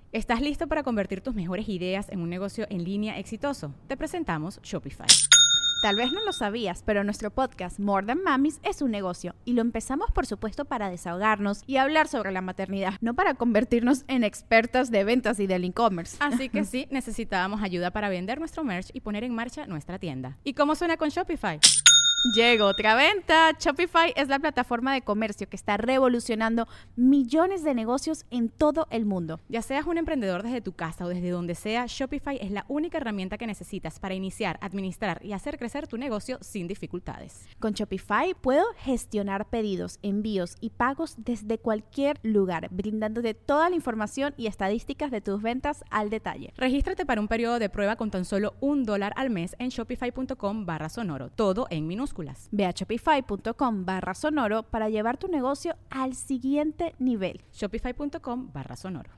¿Estás listo para convertir tus mejores ideas en un negocio en línea exitoso? Te presentamos Shopify. Tal vez no lo sabías, pero nuestro podcast More Than Mamis es un negocio y lo empezamos por supuesto para desahogarnos y hablar sobre la maternidad, no para convertirnos en expertas de ventas y del e-commerce. Así que sí, necesitábamos ayuda para vender nuestro merch y poner en marcha nuestra tienda. ¿Y cómo suena con Shopify? Llegó otra venta. Shopify es la plataforma de comercio que está revolucionando millones de negocios en todo el mundo. Ya seas un emprendedor desde tu casa o desde donde sea, Shopify es la única herramienta que necesitas para iniciar, administrar y hacer crecer tu negocio sin dificultades. Con Shopify puedo gestionar pedidos, envíos y pagos desde cualquier lugar, brindándote toda la información y estadísticas de tus ventas al detalle. Regístrate para un periodo de prueba con tan solo $1 al mes en shopify.com/sonoro, todo en minúsculas. Ve a shopify.com/sonoro para llevar tu negocio al siguiente nivel. Shopify.com/sonoro.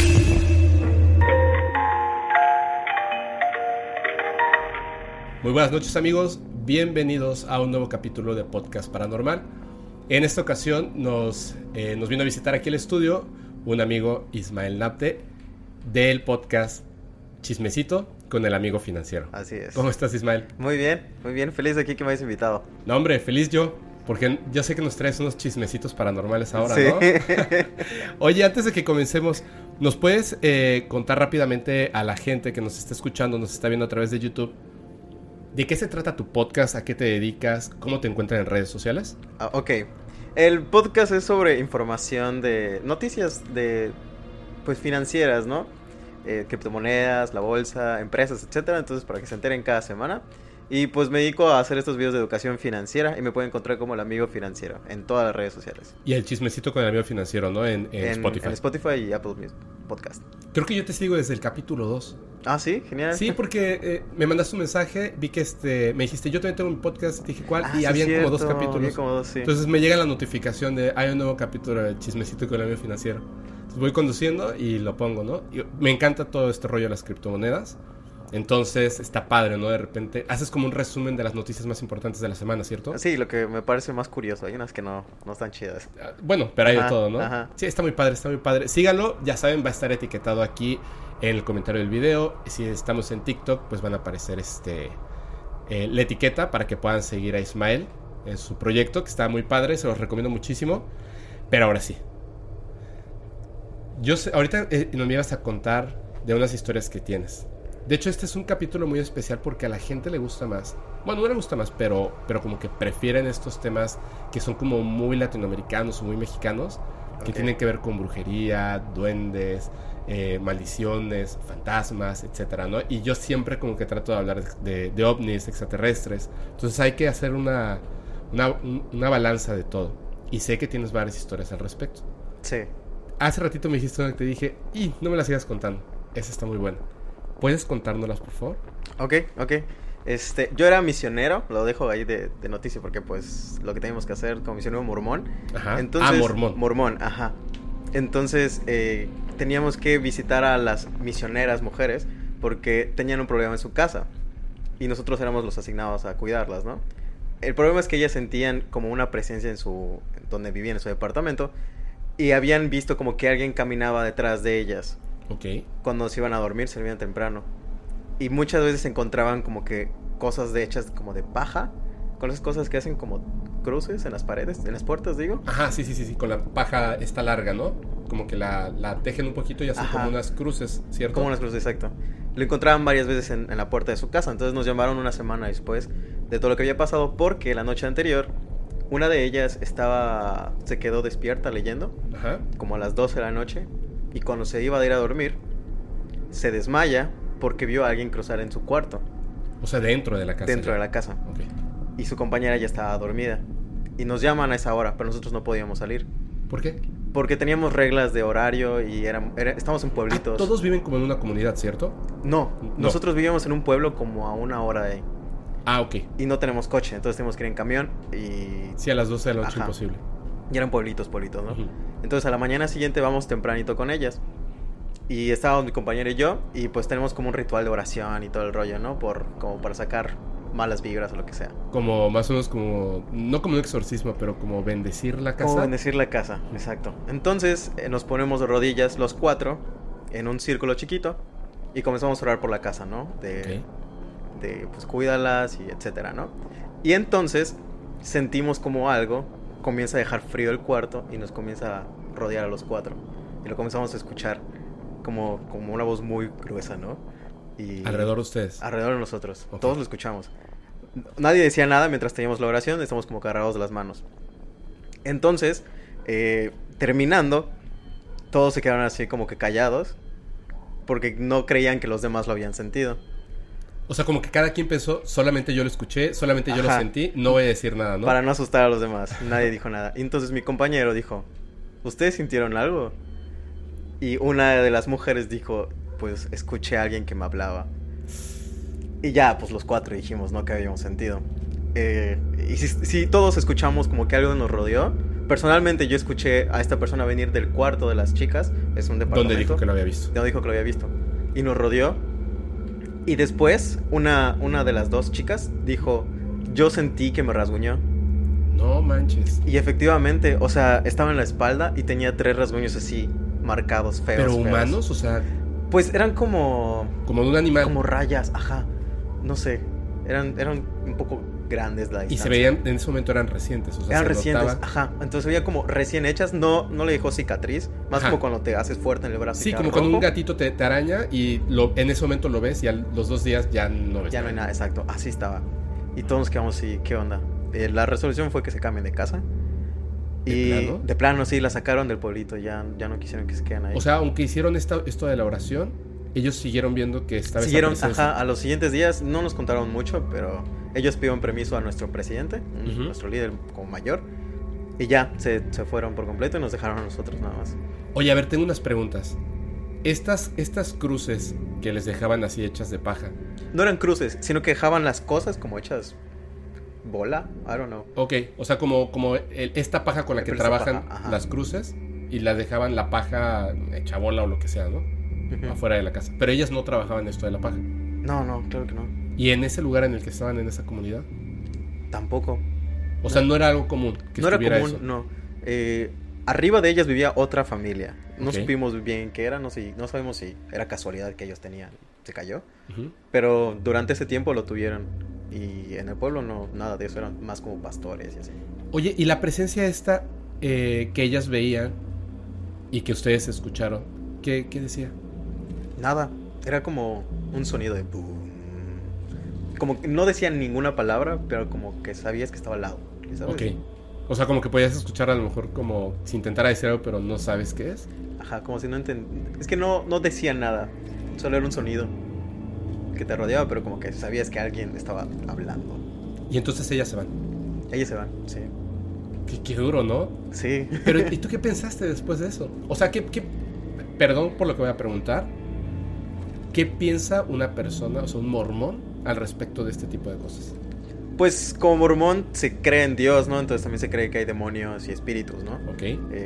Muy buenas noches, amigos, bienvenidos a un nuevo capítulo de Podcast Paranormal. En esta ocasión nos vino a visitar aquí el estudio un amigo, Ismael Napte, del podcast Chismecito con el amigo financiero. Así es. ¿Cómo estás, Ismael? Muy bien, feliz de aquí que me hayas invitado. No, hombre, feliz yo, porque yo sé que nos traes unos chismecitos paranormales ahora, sí. ¿no? Oye, antes de que comencemos, ¿nos puedes contar rápidamente a la gente que nos está escuchando, nos está viendo a través de YouTube, de qué se trata tu podcast, a qué te dedicas, cómo te encuentran en redes sociales? Ok, el podcast es sobre información de noticias de, pues, financieras, ¿no? Criptomonedas, la bolsa, empresas, etcétera. Entonces, para que se enteren cada semana. Y pues me dedico a hacer estos videos de educación financiera y me pueden encontrar como el amigo financiero en todas las redes sociales. Y el Chismecito con el amigo financiero, ¿no? En Spotify. En Spotify y Apple Podcast. Creo que yo te sigo desde el capítulo 2. Ah, sí, genial. Sí, porque me mandaste un mensaje, vi que me dijiste, yo también tengo un podcast, dije cuál, y sí, habían cierto, como 2 capítulos. había como 2, sí. Entonces me llega la notificación de, hay un nuevo capítulo del Chismecito con el amigo financiero. Entonces voy conduciendo y lo pongo, ¿no? Y me encanta todo este rollo de las criptomonedas. Entonces está padre, ¿no? De repente haces como un resumen de las noticias más importantes de la semana, ¿cierto? Sí, lo que me parece más curioso. Hay unas que no están chidas. Bueno, pero hay de todo, ¿no? Ajá. Sí, está muy padre, está muy padre. Síganlo, ya saben, va a estar etiquetado aquí en el comentario del video. Si estamos en TikTok, pues van a aparecer la etiqueta para que puedan seguir a Ismael en su proyecto, que está muy padre, se los recomiendo muchísimo. Pero ahora sí. Ahorita nos ibas a contar de unas historias que tienes. De hecho, este es un capítulo muy especial porque a la gente le gusta más. Bueno, no le gusta más, pero como que prefieren estos temas que son como muy latinoamericanos o muy mexicanos, que tienen que ver con brujería, duendes, maldiciones, fantasmas, etcétera, ¿no? Y yo siempre como que trato de hablar de ovnis, extraterrestres. Entonces hay que hacer una balanza de todo. Y sé que tienes varias historias al respecto. Sí. Hace ratito me dijiste una que te dije, y no me la sigas contando. Esa está muy buena. ¿Puedes contárnoslas, por favor? Ok. Yo era misionero, lo dejo ahí de noticia porque pues lo que teníamos que hacer como misionero mormón. Ajá. Entonces, mormón. Mormón, ajá. Entonces teníamos que visitar a las misioneras mujeres porque tenían un problema en su casa y nosotros éramos los asignados a cuidarlas, ¿no? El problema es que ellas sentían como una presencia donde vivían, en su departamento, y habían visto como que alguien caminaba detrás de ellas. Ok. Cuando se iban a dormir, se dormían temprano. Y muchas veces encontraban como que cosas hechas como de paja, con esas cosas que hacen como cruces en las paredes, en las puertas, digo. Ajá, sí, con la paja esta larga, ¿no? Como que la tejen un poquito y hacen como unas cruces, ¿cierto? Como unas cruces, exacto. Lo encontraban varias veces en la puerta de su casa. Entonces nos llamaron una semana después de todo lo que había pasado, porque la noche anterior una de ellas se quedó despierta leyendo. Ajá. Como a las 12 de la noche. Y cuando se iba a ir a dormir, se desmaya porque vio a alguien cruzar en su cuarto. O sea, dentro de la casa. Dentro de la casa. Okay. Y su compañera ya estaba dormida. Y nos llaman a esa hora, pero nosotros no podíamos salir. ¿Por qué? Porque teníamos reglas de horario y estamos en pueblitos. Todos viven como en una comunidad, ¿cierto? No, nosotros vivíamos en un pueblo como a 1 hora de ahí. Ah, ok. Y no tenemos coche, entonces tenemos que ir en camión y... Sí, a las 12 de la noche imposible. Y eran pueblitos, ¿no? Uh-huh. Entonces a la mañana siguiente vamos tempranito con ellas. Y estábamos mi compañero y yo, y pues tenemos como un ritual de oración y todo el rollo, ¿no? Como para sacar malas vibras o lo que sea. Como más o menos como, no como un exorcismo, pero como bendecir la casa. Como bendecir la casa, exacto. Entonces nos ponemos de rodillas los 4 en un círculo chiquito y comenzamos a orar por la casa, ¿no? De pues cuídalas y etcétera, ¿no? Y entonces sentimos como algo comienza a dejar frío el cuarto y nos comienza a rodear a los 4. Y lo comenzamos a escuchar como una voz muy gruesa, ¿no? Y ¿Alrededor de ustedes? Alrededor de nosotros. Okay. Todos lo escuchamos. Nadie decía nada mientras teníamos la oración. Estamos como agarrados de las manos. Entonces, terminando, todos se quedaron así como que callados. Porque no creían que los demás lo habían sentido. O sea, como que cada quien pensó, solamente yo lo escuché, solamente yo lo sentí, no voy a decir nada, ¿no? Para no asustar a los demás. Nadie dijo nada. Y entonces mi compañero dijo, ¿ustedes sintieron algo? Y una de las mujeres dijo, pues escuché a alguien que me hablaba. Y ya, pues los 4 dijimos, ¿no? Que habíamos sentido. Y sí, todos escuchamos como que algo nos rodeó. Personalmente yo escuché a esta persona venir del cuarto de las chicas. Es un departamento. Donde dijo que lo había visto. Donde dijo que lo había visto. Y nos rodeó. Y después, una de las 2 chicas dijo, yo sentí que me rasguñó. No manches. Y efectivamente, o sea, estaba en la espalda y tenía 3 rasguños así, marcados, feos. ¿Pero feos. humanos? O sea... Pues eran como... Como de un animal. Como rayas, ajá. No sé, eran un poco grandes la distancia. Y se veían, en ese momento eran recientes, o sea, eran se recientes, notaba... ajá. Entonces se veía como recién hechas, no le dejó cicatriz. Más como cuando te haces fuerte en el brazo. Sí, como cuando un gatito te araña y en ese momento lo ves y a los 2 días ya no ves. Ya no hay nada, exacto. Así estaba. Y todos nos quedamos así, ¿qué onda? La resolución fue que se cambien de casa. ¿De plano? Sí, la sacaron del pueblito, ya no quisieron que se queden ahí. O sea, aunque hicieron esto de la oración, ellos siguieron viendo que estaba Siguieron, esa presencia. ajá, a los siguientes días no nos contaron mucho, pero ellos pidieron permiso a nuestro presidente, nuestro líder como mayor, y ya, se fueron por completo y nos dejaron a nosotros nada más. Oye, a ver, tengo unas preguntas. Estas cruces que les dejaban así hechas de paja. No eran cruces, sino que dejaban las cosas como hechas bola, I don't know. Ok, o sea, como esta paja con la que trabajan las cruces y la dejaban la paja hecha bola o lo que sea, ¿no? Afuera de la casa. Pero ellas no trabajaban esto de la paja. No, claro que no. ¿Y en ese lugar en el que estaban, en esa comunidad? Tampoco. O sea, no era algo común que no estuviera era común, eso. no. Arriba de ellas vivía otra familia. No Okay. supimos bien qué era, no sabemos si era casualidad que ellos tenían, se cayó. Pero durante ese tiempo lo tuvieron. Y en el pueblo no, nada de eso, eran más como pastores y así. Oye, ¿y la presencia esta que ellas veían y que ustedes escucharon, qué decía? Nada, era como un sonido de boom. Como que no decían ninguna palabra, pero como que sabías que estaba al lado, ¿sabes? Ok. O sea, como que podías escuchar a lo mejor como si intentara decir algo, pero no sabes qué es. Ajá, como si no es que no decían nada, solo era un sonido que te rodeaba, pero como que sabías que alguien estaba hablando. Y entonces ellas se van. Ellas se van, sí. Qué duro, ¿no? Sí. Pero, ¿y tú qué pensaste después de eso? O sea, perdón por lo que voy a preguntar. ¿Qué piensa una persona, o sea, un mormón, al respecto de este tipo de cosas? Pues como mormón se cree en Dios, ¿no? Entonces también se cree que hay demonios y espíritus, ¿no? Ok.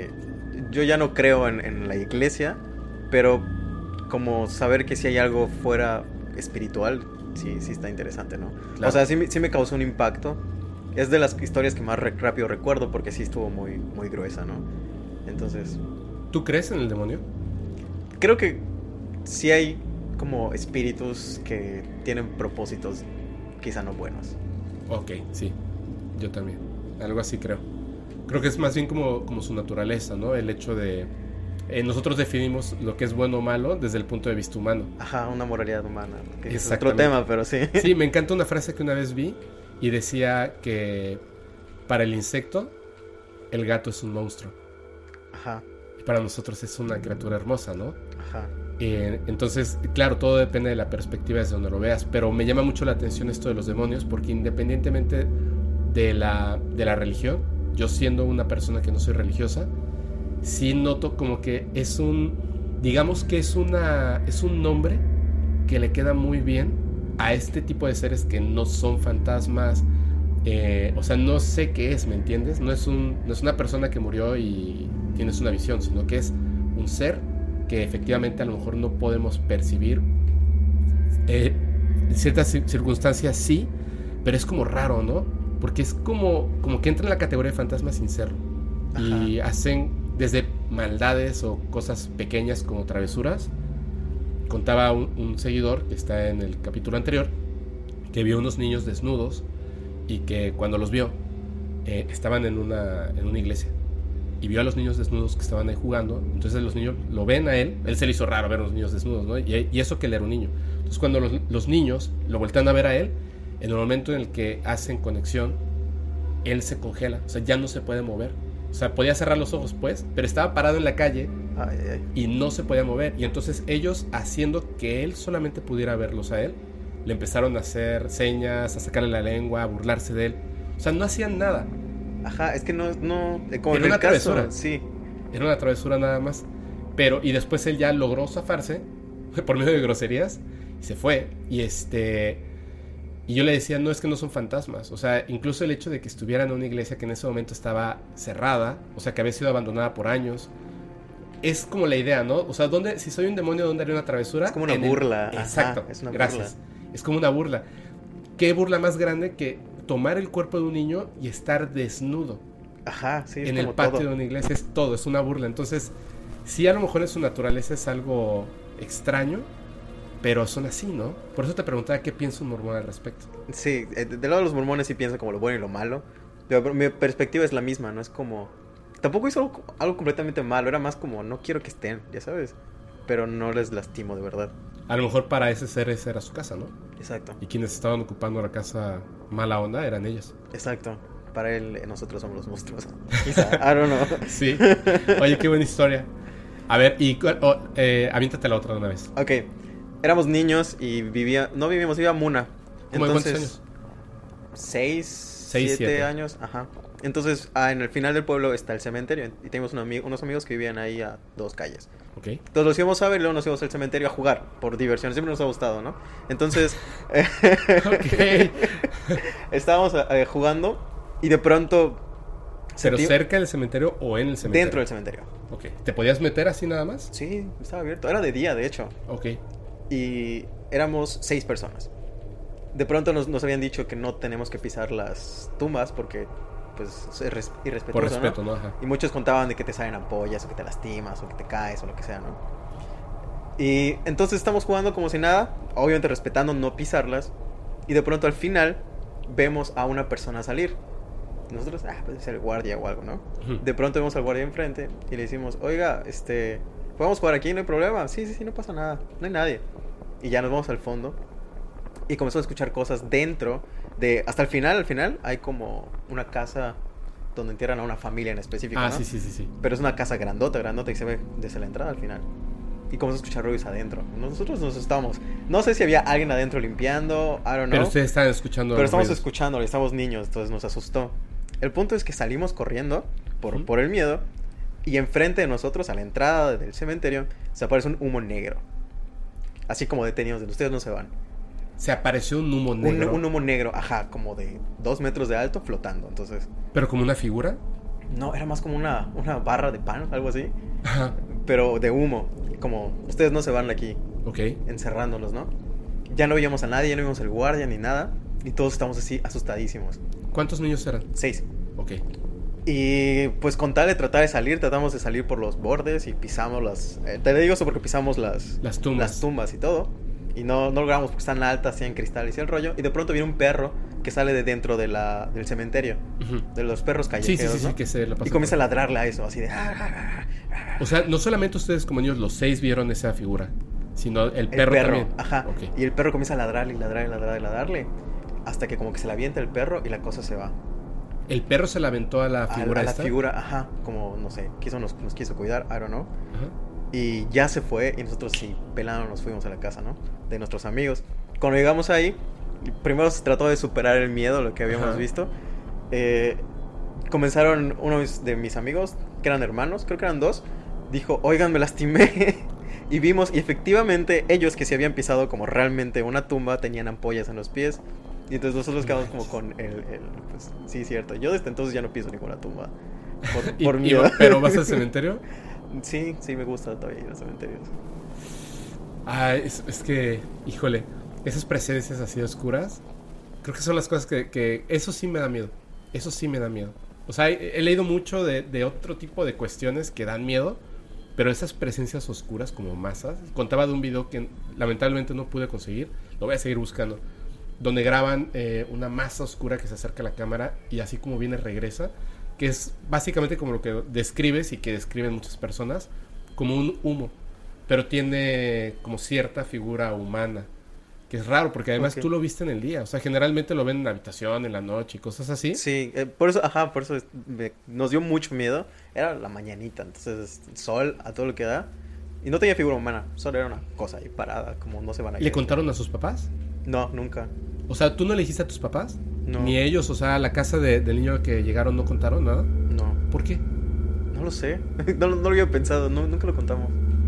Yo ya no creo en la iglesia, pero como saber que si hay algo fuera espiritual, sí está interesante, ¿no? Claro. O sea, sí me causó un impacto. Es de las historias que más rápido recuerdo porque sí estuvo muy, muy gruesa, ¿no? Entonces... ¿Tú crees en el demonio? Creo que sí hay como espíritus que tienen propósitos quizá no buenos. Ok, sí. Yo también. Algo así creo. Creo que es más bien como su naturaleza, ¿no? El hecho de... nosotros definimos lo que es bueno o malo desde el punto de vista humano. Ajá, una moralidad humana. Que es otro tema, pero sí. Sí, me encanta una frase que una vez vi y decía que para el insecto el gato es un monstruo. Ajá. Y para nosotros es una criatura hermosa, ¿no? Ajá. Entonces, claro, todo depende de la perspectiva desde donde lo veas, pero me llama mucho la atención esto de los demonios porque independientemente de la religión, yo siendo una persona que no soy religiosa, sí noto como que es digamos que es un nombre que le queda muy bien a este tipo de seres que no son fantasmas. O sea, no sé qué es, ¿me entiendes? No es una persona que murió y tienes una visión, sino que es un ser que efectivamente a lo mejor no podemos percibir. En ciertas circunstancias sí, pero es como raro, ¿no? Porque es como que entra en la categoría de fantasmas sin serlo. Y hacen desde maldades o cosas pequeñas como travesuras contaba un seguidor que está en el capítulo anterior, que vio unos niños desnudos y que cuando los vio, estaban en una iglesia. Y vio a los niños desnudos que estaban ahí jugando. Entonces los niños lo ven a él. Él se le hizo raro ver a los niños desnudos, ¿no? Y eso que él era un niño. Entonces cuando los niños lo voltean a ver a él, en el momento en el que hacen conexión, él se congela. O sea, ya no se puede mover. O sea, podía cerrar los ojos, pues, pero estaba parado en la calle y no se podía mover. Y entonces ellos, haciendo que él solamente pudiera verlos a él, le empezaron a hacer señas, a sacarle la lengua, a burlarse de él. O sea, no hacían nada. Ajá, es que no como era en una el caso, travesura. sí. Era una travesura nada más. Y después él ya logró zafarse por medio de groserías y se fue. Y yo le decía, no, es que no son fantasmas. O sea, incluso el hecho de que estuvieran en una iglesia que en ese momento estaba cerrada, o sea, que había sido abandonada por años, es como la idea, ¿no? O sea, si soy un demonio, ¿dónde haría una travesura? Es como una burla. Exacto, Ajá, es una gracias. burla. Es como una burla. ¿Qué burla más grande que tomar el cuerpo de un niño y estar desnudo? Ajá, sí, es en como el patio todo. de una iglesia? Es todo, es una burla. Entonces, sí, a lo mejor en su naturaleza es algo extraño, pero son así, ¿no? Por eso te preguntaba qué piensa un mormón al respecto. Sí, del lado de los mormones sí pienso como lo bueno y lo malo. Pero mi perspectiva es la misma, no es como... Tampoco hizo algo completamente malo, era más como no quiero que estén, ya sabes. Pero no les lastimo de verdad. A lo mejor para ese ser esa era su casa, ¿no? Exacto. Y quienes estaban ocupando la casa mala onda eran ellos. Exacto. Para él, nosotros somos los monstruos. Quizá, I don't know. Sí. Oye, qué buena historia. A ver, aviéntate la otra de una vez. Ok. Éramos niños y vivía Muna. ¿Cómo de cuántos años? 7 años. Ajá. Entonces, en el final del pueblo está el cementerio. Y teníamos unos amigos que vivían ahí a 2 calles. Ok. Entonces los íbamos a ver y luego nos íbamos al cementerio a jugar. Por diversión. Siempre nos ha gustado, ¿no? Entonces... Ok. estábamos jugando y de pronto... ¿Pero cerca del cementerio o en el cementerio? Dentro del cementerio. Ok. ¿Te podías meter así nada más? Sí, estaba abierto. Era de día, de hecho. Ok. Y éramos 6 personas. De pronto nos habían dicho que no tenemos que pisar las tumbas porque pues es irrespetuoso, Por respeto, ¿no? ¿no? Ajá. Y muchos contaban de que te salen ampollas o que te lastimas o que te caes o lo que sea, ¿no? Y entonces estamos jugando como si nada, obviamente respetando no pisarlas. Y de pronto al final vemos a una persona salir. Nosotros, puede ser el guardia o algo, ¿no? Ujú. De pronto vemos al guardia enfrente y le decimos, oiga, ¿podemos jugar aquí? ¿No hay problema? Sí, no pasa nada, no hay nadie. Y ya nos vamos al fondo y comenzamos a escuchar cosas dentro de... Hasta el final hay como una casa donde entierran a una familia en específico, ¿no? Sí. Pero es una casa grandota y se ve desde la entrada al final. Y comenzamos a escuchar ruidos adentro. Nosotros nos asustamos. No sé si había alguien adentro limpiando, I don't know. Pero ustedes están escuchando. Pero estamos ruidos. escuchando, y estamos niños, entonces nos asustó. El punto es que salimos corriendo por el miedo y enfrente de nosotros, a la entrada del cementerio, se aparece un humo negro. Así como detenidos, de ustedes no se van. Se apareció un humo negro. Un humo negro, ajá, como de 2 metros de alto flotando, entonces... ¿Pero como una figura? No, era más como una barra de pan, algo así. Ajá. Pero de humo, como ustedes no se van de aquí, Ok. encerrándolos, ¿no? Ya no veíamos a nadie, ya no vimos al guardia ni nada. Y todos estamos así asustadísimos. ¿Cuántos niños eran? 6. Ok. Y pues con tal de tratar de salir, tratamos de salir por los bordes y pisamos las... te digo eso porque pisamos las tumbas. Las tumbas y todo. Y no logramos porque están altas, tienen cristales y el rollo. Y de pronto viene un perro que sale de dentro del cementerio. Ujú. De los perros callejeros, Sí, ¿no? que se la Y comienza a ladrarle a eso, así de... O sea, no solamente ustedes como niños, los 6 vieron esa figura, sino el perro también. Ajá. Okay. Y el perro comienza a ladrarle y ladrarle. Hasta que como que se le avienta el perro y la cosa se va. El perro se la aventó a la figura a la esta. figura, ajá. Como, no sé, nos quiso cuidar, I don't know. Ajá. Y ya se fue y nosotros sí, pelando nos fuimos a la casa, ¿no? De nuestros amigos. Cuando llegamos ahí, primero se trató de superar el miedo, lo que habíamos visto. Comenzaron unos de mis amigos, que eran hermanos, creo que eran 2, dijo, oigan, me lastimé. Y vimos, y efectivamente, ellos que se habían pisado como realmente una tumba, tenían ampollas en los pies. Y entonces nosotros quedamos como con pues, sí, cierto. Yo desde entonces ya no piso ninguna tumba. Por miedo. ¿Pero vas al cementerio? Sí, me gusta todavía ir a cementerios. Es que, híjole, esas presencias así oscuras, creo que son las cosas que eso sí me da miedo. Eso sí me da miedo. O sea, he leído mucho de otro tipo de cuestiones que dan miedo, pero esas presencias oscuras como masas. Contaba de un video que lamentablemente no pude conseguir, lo voy a seguir buscando, donde graban una masa oscura que se acerca a la cámara y así como viene regresa, que es básicamente como lo que describes y que describen muchas personas, como un humo, pero tiene como cierta figura humana, que es raro porque además tú lo viste en el día, o sea, generalmente lo ven en la habitación, en la noche y cosas así. Sí, por eso nos dio mucho miedo. Era la mañanita, entonces sol a todo lo que da. Y no tenía figura humana, solo era una cosa ahí parada, como no se van a ir. ¿Le contaron a sus papás? No, nunca. O sea, ¿tú no le dijiste a tus papás? No. Ni ellos, o sea, a la casa del niño que llegaron no contaron nada. No. ¿Por qué? No lo sé. No lo había pensado, nunca lo contamos.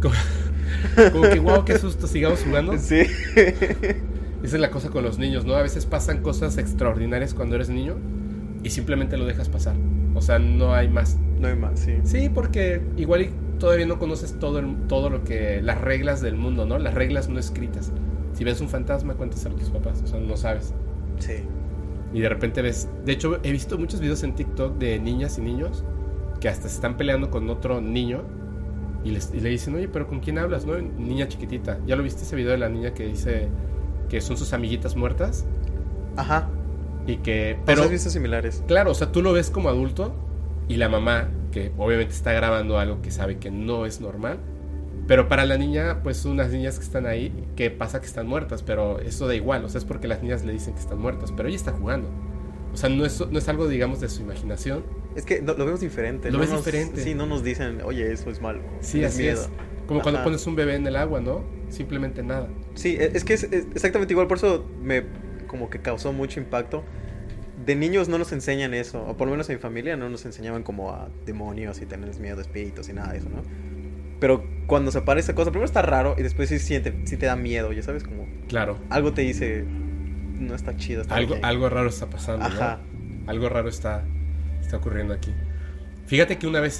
Como que wow, qué susto, sigamos jugando. Sí. Esa es la cosa con los niños, ¿no? A veces pasan cosas extraordinarias cuando eres niño y simplemente lo dejas pasar. O sea, no hay más. No hay más, sí. Sí, porque igual y todavía no conoces todo lo que... las reglas del mundo, ¿no? Las reglas no escritas. Si ves un fantasma, cuéntaselo a tus papás. O sea, no sabes. Sí. Y de repente ves... De hecho, he visto muchos videos en TikTok de niñas y niños que hasta se están peleando con otro niño y le dicen, oye, pero ¿con quién hablas, no? Niña chiquitita. ¿Ya lo viste ese video de la niña que dice que son sus amiguitas muertas? Ajá. Y que... Pero has visto similares. Claro, o sea, tú lo ves como adulto y la mamá, que obviamente está grabando algo que sabe que no es normal, pero para la niña, pues unas niñas que están ahí, que pasa que están muertas, pero eso da igual, o sea, es porque las niñas le dicen que están muertas, pero ella está jugando. O sea, no es algo, digamos, de su imaginación. Es que lo vemos diferente. Lo ves diferente. Sí, no nos dicen, oye, eso es malo. Sí, es así miedo. es. Como cuando pones un bebé en el agua, ¿no? Simplemente nada. Sí, es que es exactamente igual, por eso me como que causó mucho impacto. De niños no nos enseñan eso, o por lo menos en mi familia no nos enseñaban como a demonios y tener miedo de espíritus y nada de eso, ¿no? Pero cuando se aparece esa cosa, primero está raro y después sí te da miedo, ya sabes, como... Claro. Algo te dice, no está chido. Algo raro está pasando, ajá, ¿no? Algo raro está ocurriendo aquí. Fíjate que una vez,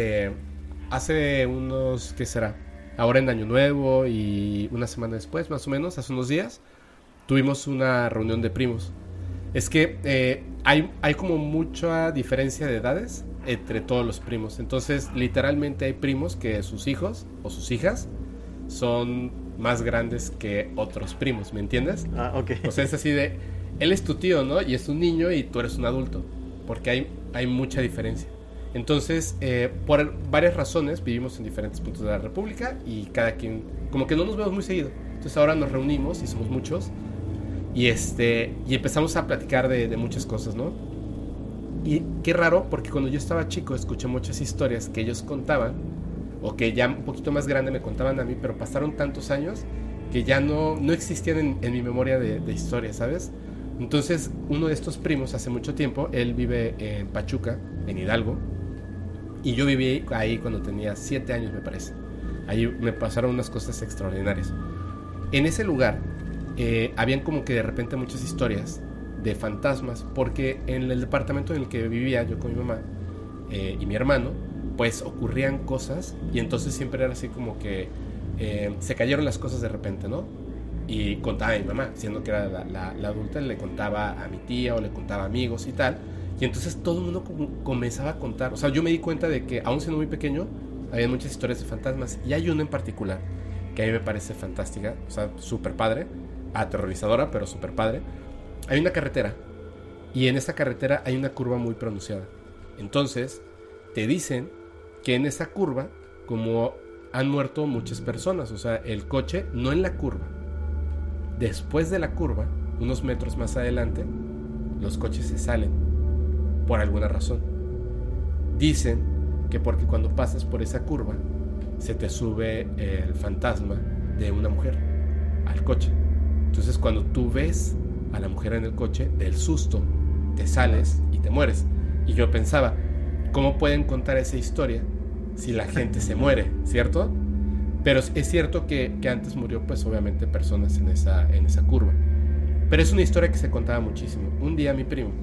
hace unos, ¿qué será? Ahora en Año Nuevo y una semana después, más o menos, hace unos días, tuvimos una reunión de primos. Es que hay como mucha diferencia de edades entre todos los primos. Entonces, literalmente hay primos que sus hijos o sus hijas son más grandes que otros primos, ¿me entiendes? Ah, ok. O sea, es así de, él es tu tío, ¿no? Y es un niño y tú eres un adulto, porque hay mucha diferencia. Entonces, por varias razones vivimos en diferentes puntos de la República y cada quien, como que no nos vemos muy seguido. Entonces ahora nos reunimos y somos muchos y empezamos a platicar de muchas cosas, ¿no? Y qué raro, porque cuando yo estaba chico escuché muchas historias que ellos contaban, o que ya un poquito más grande me contaban a mí, pero pasaron tantos años que ya no existían en mi memoria de historias, ¿sabes? Entonces, uno de estos primos hace mucho tiempo, él vive en Pachuca, en Hidalgo, y yo viví ahí cuando tenía 7 años, me parece. Ahí me pasaron unas cosas extraordinarias. En ese lugar, habían como que de repente muchas historias de fantasmas, porque en el departamento en el que vivía yo con mi mamá y mi hermano, pues ocurrían cosas, y entonces siempre era así como que se cayeron las cosas de repente, ¿no? Y contaba a mi mamá, siendo que era la adulta, le contaba a mi tía o le contaba a amigos y tal, y entonces todo el mundo comenzaba a contar. O sea, yo me di cuenta de que aún siendo muy pequeño había muchas historias de fantasmas, y hay una en particular que a mí me parece fantástica, o sea, súper padre, aterrorizadora, pero súper padre. Hay una carretera, y en esa carretera hay una curva muy pronunciada. Entonces te dicen que en esa curva, como han muerto muchas personas, o sea, el coche no en la curva, después de la curva, unos metros más adelante, los coches se salen por alguna razón. Dicen que porque cuando pasas por esa curva se te sube el fantasma de una mujer al coche. Entonces cuando tú ves a la mujer en el coche, del susto te sales y te mueres. Y yo pensaba, ¿cómo pueden contar esa historia si la gente se muere, cierto? Pero es cierto que antes murió, pues obviamente, personas en esa curva. Pero es una historia que se contaba muchísimo. Un día mi primo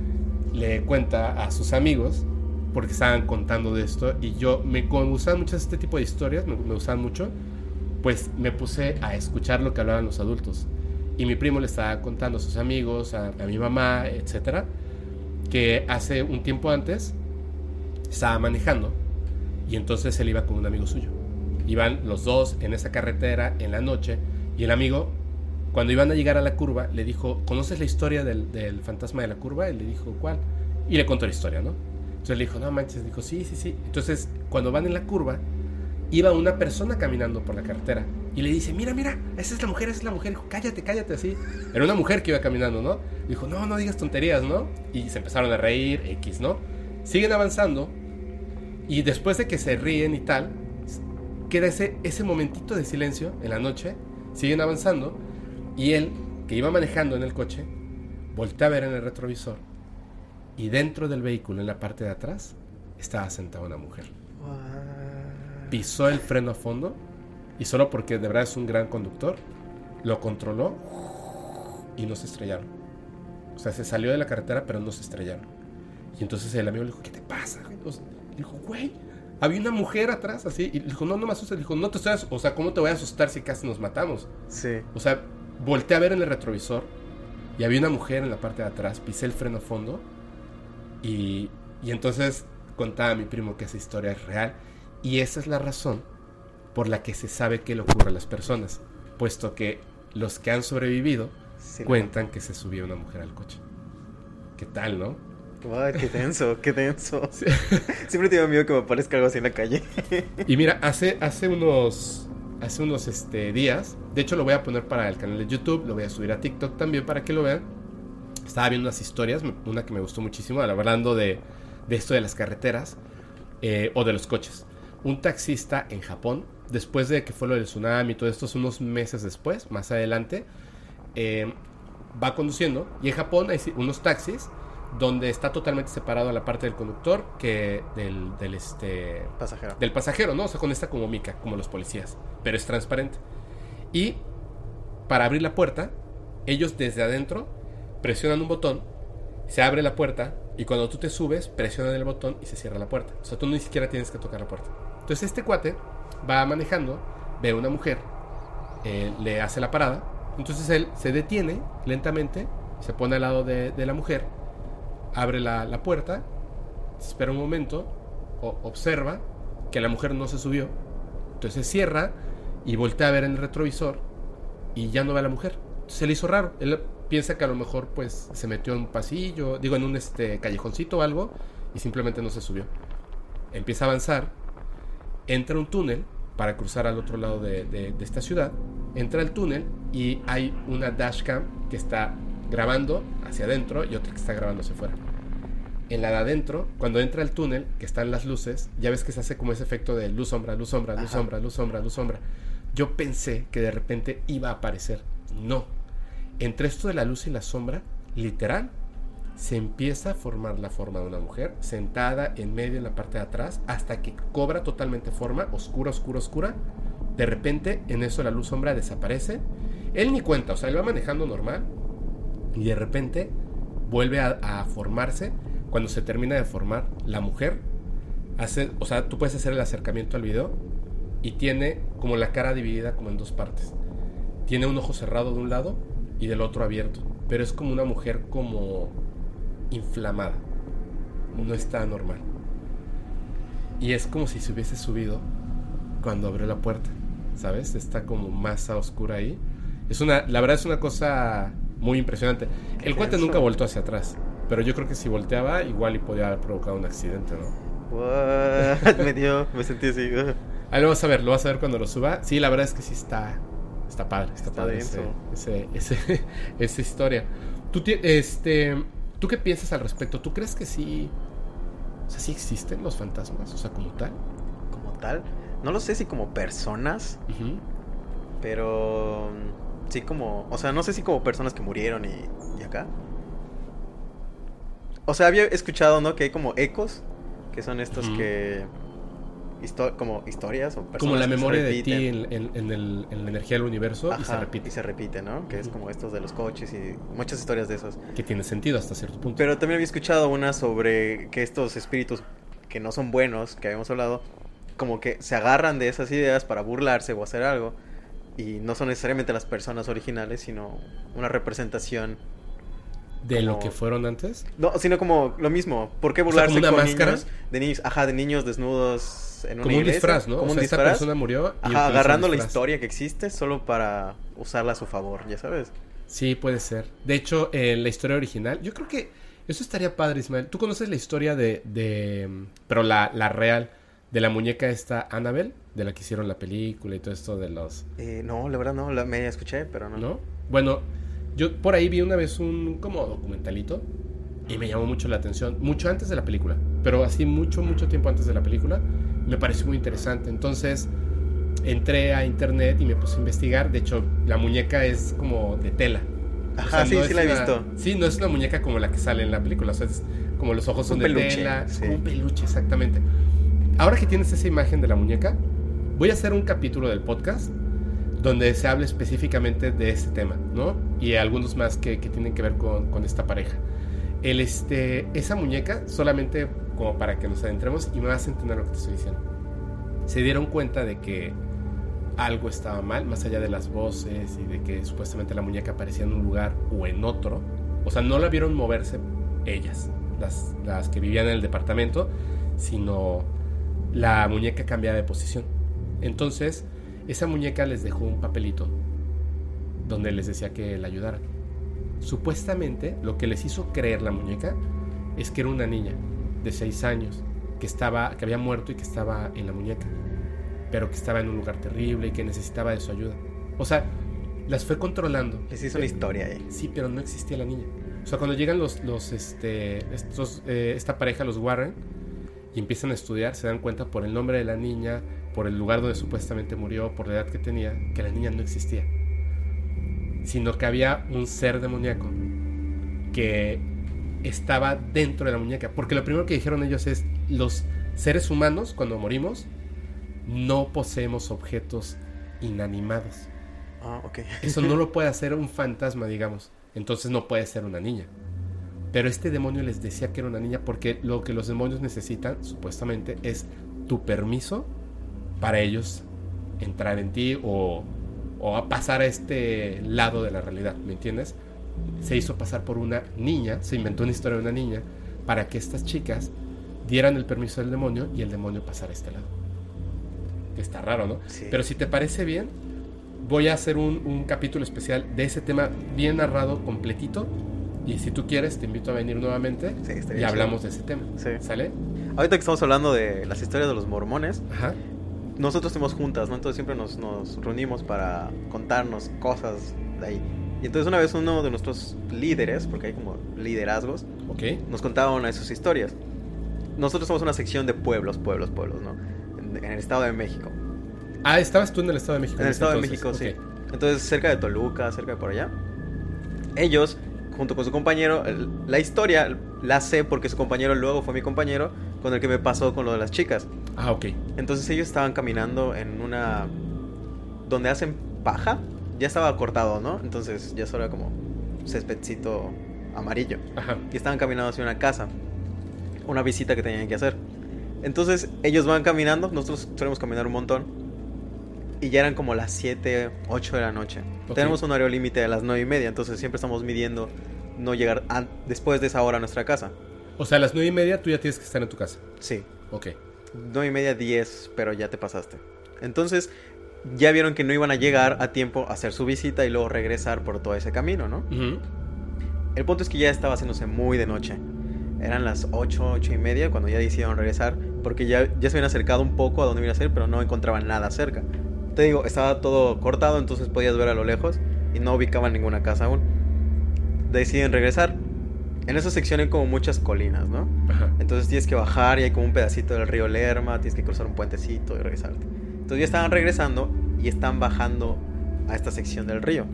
le cuenta a sus amigos, porque estaban contando de esto, y yo, como me gustaban mucho este tipo de historias, me gustaban mucho, pues me puse a escuchar lo que hablaban los adultos. Y mi primo le estaba contando a sus amigos, a mi mamá, etcétera, que hace un tiempo antes estaba manejando, y entonces él iba con un amigo suyo. Iban los dos en esa carretera en la noche y el amigo, cuando iban a llegar a la curva, le dijo, ¿conoces la historia del fantasma de la curva? Y le dijo, ¿cuál? Y le contó la historia, ¿no? Entonces le dijo, no manches, dijo, sí. Entonces, cuando van en la curva, iba una persona caminando por la carretera y le dice, mira, esa es la mujer. Dijo, cállate, así. Era una mujer que iba caminando, ¿no? Dijo, no digas tonterías, ¿no? Y se empezaron a reír, X, ¿no? Siguen avanzando y después de que se ríen y tal, queda ese momentito de silencio en la noche. Siguen avanzando y él, que iba manejando en el coche, voltea a ver en el retrovisor y dentro del vehículo, en la parte de atrás, estaba sentada una mujer. Pisó el freno a fondo y solo porque de verdad es un gran conductor, lo controló y no se estrellaron. O sea, se salió de la carretera, pero no se estrellaron. Y entonces el amigo le dijo, ¿qué te pasa? Le dijo, güey, había una mujer atrás así. Y le dijo, no me asustes. Le dijo, no te estoy o sea, ¿cómo te voy a asustar si casi nos matamos? Sí. O sea, volteé a ver en el retrovisor y había una mujer en la parte de atrás. Pisé el freno a fondo y entonces contaba a mi primo que esa historia es real. Y esa es la razón por la que se sabe qué le ocurre a las personas, puesto que los que han sobrevivido cuentan que se subía una mujer al coche. ¿Qué tal, no? Wow, qué denso. Sí. Siempre tengo miedo que me aparezca algo así en la calle. Y mira, hace unos días, de hecho lo voy a poner para el canal de YouTube, lo voy a subir a TikTok también para que lo vean. Estaba viendo unas historias, una que me gustó muchísimo, hablando de esto de las carreteras o de los coches. Un taxista en Japón, después de que fue lo del tsunami y todo esto, unos meses después, más adelante, va conduciendo y en Japón hay unos taxis donde está totalmente separado la parte del conductor que del pasajero, ¿no? O sea, con esta como mica, como los policías, pero es transparente. Y para abrir la puerta, ellos desde adentro presionan un botón, se abre la puerta y cuando tú te subes, presionan el botón y se cierra la puerta. O sea, tú ni siquiera tienes que tocar la puerta. Entonces este cuate va manejando, ve a una mujer, le hace la parada. Entonces él se detiene lentamente, se pone al lado de la mujer, abre la puerta, espera un momento, observa que la mujer no se subió. Entonces cierra y voltea a ver en el retrovisor y ya no ve a la mujer. Entonces se le hizo raro. Él piensa que a lo mejor pues se metió en un pasillo, en un callejoncito o algo, y simplemente no se subió. Empieza a avanzar, entra a un túnel para cruzar al otro lado de esta ciudad. Entra al túnel y hay una dashcam que está grabando hacia adentro y otra que está grabando hacia afuera. En la de adentro, cuando entra al túnel, que están las luces, ya ves que se hace como ese efecto de luz, sombra, luz, sombra, luz, sombra, luz, sombra, luz, sombra. Yo pensé que de repente iba a aparecer. No. Entre esto de la luz y la sombra, literal, se empieza a formar la forma de una mujer sentada en medio en la parte de atrás hasta que cobra totalmente forma, oscura. De repente, en eso la luz sombra desaparece. Él ni cuenta, o sea, él va manejando normal y de repente vuelve a formarse. Cuando se termina de formar, la mujer hace, o sea, tú puedes hacer el acercamiento al video y tiene como la cara dividida como en dos partes. Tiene un ojo cerrado de un lado y del otro abierto, pero es como una mujer como inflamada, no está normal, y es como si se hubiese subido cuando abrió la puerta, ¿sabes? Está como masa oscura ahí. La verdad es una cosa muy impresionante. El cuate nunca voltó hacia atrás, pero yo creo que si volteaba igual y podía haber provocado un accidente, ¿no? What? Me sentí así. Ahí lo vas a ver cuando lo suba. Sí, la verdad es que sí está padre, está padre esa historia. ¿Tú qué piensas al respecto? ¿Tú crees que sí, o sea, sí existen los fantasmas? O sea, como tal. Como tal, no lo sé si como personas, pero sí como, o sea, no sé si como personas que murieron y acá. O sea, había escuchado, ¿no? Que hay como ecos, que son estos que como historias o personas como la memoria que de ti en la energía del universo. Ajá, y se repite, ¿no? Que es como estos de los coches y muchas historias de esos. Que tiene sentido hasta cierto punto. Pero también había escuchado una sobre que estos espíritus que no son buenos, que habíamos hablado, como que se agarran de esas ideas para burlarse o hacer algo, y no son necesariamente las personas originales, sino una representación ¿de como lo que fueron antes? No, sino como lo mismo. ¿Por qué burlarse o sea, como una con máscara niños? De niños desnudos en una como un iglesia, disfraz, ¿no? Como o un sea, disfraz. esta persona murió y Ajá, agarrando la disfraz. historia que existe solo para usarla a su favor, ya sabes. Sí, puede ser. De hecho, la historia original, yo creo que eso estaría padre, Ismael. ¿Tú conoces la historia pero la real, de la muñeca esta Annabelle, de la que hicieron la película y todo esto de los... No, la verdad no, me escuché, pero no. ¿No? Bueno, yo por ahí vi una vez un como documentalito y me llamó mucho la atención, mucho antes de la película, pero así mucho tiempo antes de la película, me pareció muy interesante. Entonces entré a internet y me puse a investigar. De hecho, la muñeca es como de tela. Ajá, sí, no sí es la he una- visto. Sí, no es una muñeca como la que sale en la película. O sea, es como los ojos son Un de peluche, tela. Es sí. como un peluche, exactamente. Ahora que tienes esa imagen de la muñeca, voy a hacer un capítulo del podcast donde se hable específicamente de ese tema, ¿no? Y algunos más que tienen que ver con esta pareja. Esa muñeca, solamente como para que nos adentremos y me vas a entender lo que te estoy diciendo. Se dieron cuenta de que algo estaba mal, más allá de las voces y de que supuestamente la muñeca aparecía en un lugar o en otro. O sea, no la vieron moverse ellas, las que vivían en el departamento, sino la muñeca cambiaba de posición. Entonces, esa muñeca les dejó un papelito donde les decía que la ayudaran. Supuestamente, lo que les hizo creer la muñeca es que era una niña de 6 años que había muerto y que estaba en la muñeca, pero que estaba en un lugar terrible y que necesitaba de su ayuda. O sea, las fue controlando. Les hizo una historia ahí. Sí, pero no existía la niña. O sea, cuando llegan esta pareja, los Warren, y empiezan a estudiar, se dan cuenta por el nombre de la niña, por el lugar donde supuestamente murió, por la edad que tenía, que la niña no existía, sino que había un ser demoníaco que estaba dentro de la muñeca. Porque lo primero que dijeron ellos es: los seres humanos, cuando morimos, no poseemos objetos inanimados. Ah, ok. Eso no lo puede hacer un fantasma, digamos. Entonces no puede ser una niña. Pero este demonio les decía que era una niña porque lo que los demonios necesitan, supuestamente, es tu permiso para ellos entrar en ti o a pasar a este lado de la realidad, ¿me entiendes? Se hizo pasar por una niña, se inventó una historia de una niña para que estas chicas dieran el permiso del demonio y el demonio pasara a este lado. Está raro, ¿no? Sí. Pero si te parece bien, voy a hacer un capítulo especial de ese tema bien narrado, completito. Y si tú quieres, te invito a venir nuevamente Sí, estaría y chido. hablamos de ese tema. Sí. ¿Sale? Ahorita que estamos hablando de las historias de los mormones, Ajá. nosotros estamos juntas, ¿no? Entonces siempre nos reunimos para contarnos cosas de ahí. Y entonces una vez uno de nuestros líderes, porque hay como liderazgos, Ok. nos contaba una de sus historias. Nosotros somos una sección de pueblos, ¿no? En el Estado de México. Ah, ¿estabas tú en el Estado de México? En el ese Estado de entonces? México, Ok. sí. Entonces, cerca de Toluca, cerca de por allá. Ellos, junto con su compañero, la historia la sé porque su compañero luego fue mi compañero con el que me pasó con lo de las chicas. Ah, ok. Entonces ellos estaban caminando en una... donde hacen paja. Ya estaba cortado, ¿no? Entonces ya solo era como céspedcito amarillo. Ajá. Y estaban caminando hacia una casa. Una visita que tenían que hacer. Entonces ellos van caminando. Nosotros solemos caminar un montón. Y ya eran como las 7, 8 de la noche. Ok. Tenemos un horario límite a las 9:30. Entonces siempre estamos midiendo no llegar después de esa hora a nuestra casa. O sea, a las 9:30 tú ya tienes que estar en tu casa. Sí. Ok. 9:30, 10, pero ya te pasaste. Entonces, ya vieron que no iban a llegar a tiempo a hacer su visita y luego regresar por todo ese camino, ¿no? Ujú. El punto es que ya estaba haciéndose muy de noche. Eran las 8, 8:30 cuando ya decidieron regresar, porque ya se habían acercado un poco a donde iban a ser, pero no encontraban nada cerca. Te digo, estaba todo cortado, entonces podías ver a lo lejos y no ubicaban ninguna casa aún. Deciden regresar. En esa sección hay como muchas colinas, ¿no? Ajá. Entonces tienes que bajar y hay como un pedacito del río Lerma, tienes que cruzar un puentecito y regresarte. Entonces ya estaban regresando y están bajando a esta sección del río.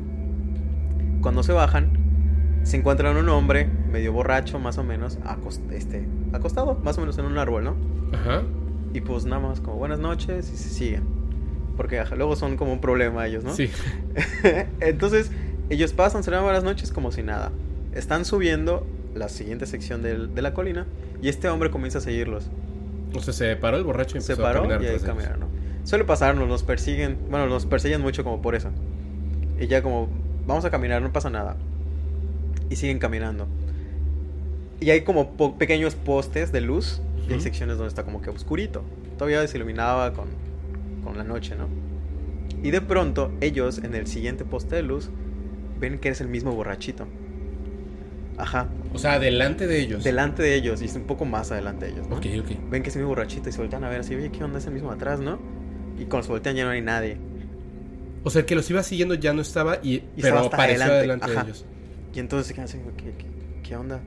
Cuando se bajan, se encuentran un hombre medio borracho, más o menos, acostado, más o menos en un árbol, ¿no? Ajá. Y pues nada más como buenas noches y se siguen. Porque luego son como un problema ellos, ¿no? Sí. Entonces ellos pasan, se le dan buenas noches como si nada. Están subiendo la siguiente sección de la colina y este hombre comienza a seguirlos. O sea, se paró el borracho y Se empezó a paró caminar. y ahí tras ellos. caminaron, ¿no? Suele pasarnos, nos persiguen. Bueno, nos persiguen mucho como por eso. Y ya como, vamos a caminar, no pasa nada. Y siguen caminando. Y hay como pequeños postes de luz. Y hay Ujú. secciones donde está como que oscurito. todavía se iluminaba con la noche, ¿no? Y de pronto, ellos, en el siguiente poste de luz, ven que eres el mismo borrachito. Ajá. O sea, delante de ellos. Delante de ellos, y es un poco más adelante de ellos, ¿no? Ok. Ven que es el mismo borrachito y se voltean a ver así, oye, ¿qué onda? Es el mismo atrás, ¿no? Y cuando se voltean ya no hay nadie. O sea, el que los iba siguiendo ya no estaba, Y pero estaba hasta apareció adelante. delante de Ajá. ellos. Y entonces se quedan así, ¿qué onda?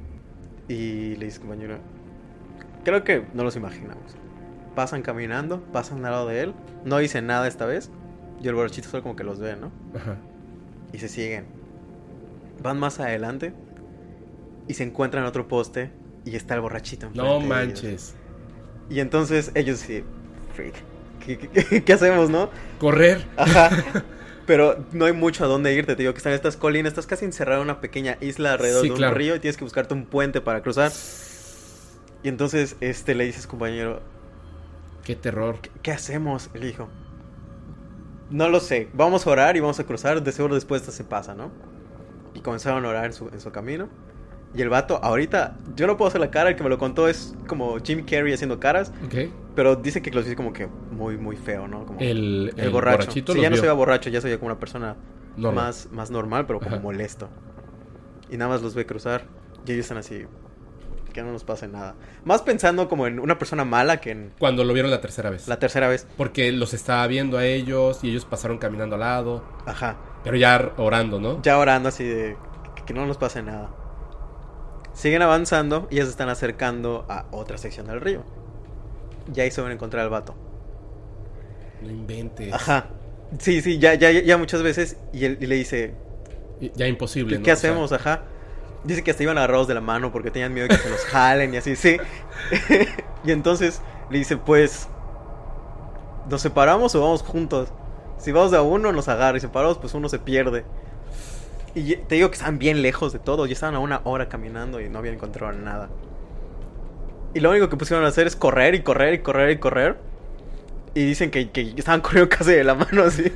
Y le dice, compañero, creo que no los imaginamos. Pasan caminando, pasan al lado de él, no dicen nada esta vez, y el borrachito solo como que los ve, ¿no? Ajá. Y se siguen. Van más adelante y se encuentran en otro poste y está el borrachito enfrente No de manches. ellos. Y entonces ellos sí, freak, ¿qué hacemos, no? Correr. Ajá. Pero no hay mucho a dónde irte, te digo que están estas colinas, estás casi encerrado en una pequeña isla alrededor Sí, de un claro. río y tienes que buscarte un puente para cruzar. Y entonces le dices, compañero, Qué terror. ¿qué hacemos? Él dijo, no lo sé, vamos a orar y vamos a cruzar, de seguro después esto se pasa, ¿no? Y comenzaron a orar en su camino. Y el vato, ahorita, yo no puedo hacer la cara, el que me lo contó es como Jim Carrey haciendo caras, Ok. pero dice que los hizo como que muy, muy feo, ¿no? Como El borracho. borrachito Sí, los ya no vio. se veía borracho, ya se veía como una persona Normal. más normal, pero como Ajá. molesto. Y nada más los ve cruzar y ellos están así, que no nos pase nada. Más pensando como en una persona mala que en Cuando lo vieron la tercera vez. la tercera vez. Porque los estaba viendo a ellos y ellos pasaron caminando al lado. Ajá. Pero ya orando, ¿no? Ya orando así de que no nos pase nada. Siguen avanzando y ya se están acercando a otra sección del río. Y ahí se van a encontrar al vato. No inventes. Ajá. Sí, ya muchas veces. Y él y le dice, Ya imposible, ¿qué, ¿no? qué O sea, hacemos? Ajá. Dice que hasta iban agarrados de la mano porque tenían miedo de que se los jalen y así, sí. Y entonces le dice, pues, ¿nos separamos o vamos juntos? Si vamos de a uno nos agarra y separados pues uno se pierde. Y te digo que estaban bien lejos de todo. Ya estaban a 1 hora caminando y no habían encontrado nada. Y lo único que pusieron a hacer es correr y correr y correr y correr. Y dicen que estaban corriendo casi de la mano así.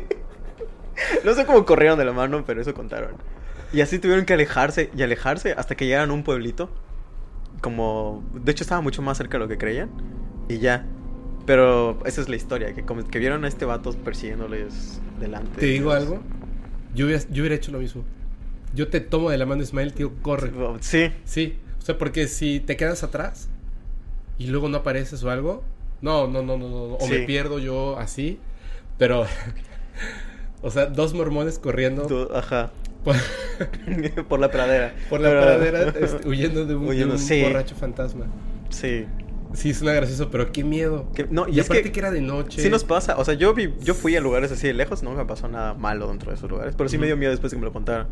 No sé cómo corrieron de la mano, pero eso contaron. Y así tuvieron que alejarse y alejarse hasta que llegaron a un pueblito. Como... De hecho estaba mucho más cerca de lo que creían. Y ya. Pero esa es la historia. Que vieron a este vato persiguiéndoles delante. ¿Te digo algo? Yo hubiera hecho lo mismo. Yo te tomo de la mano, Ismael, tío, corre. Sí. Sí. O sea, porque si te quedas atrás y luego no apareces o algo... No. O Sí. me pierdo yo así. Pero... O sea, 2 mormones corriendo Ajá. por, Por la pradera. por la Pero- pradera huyendo de un Huyendo, sí. borracho fantasma. Sí. Sí, suena gracioso, pero qué miedo. No, Y y es aparte que era de noche. sí nos pasa. O sea, yo fui a lugares así de lejos. No me pasó nada malo dentro de esos lugares. Pero sí me dio miedo después que me lo contaron.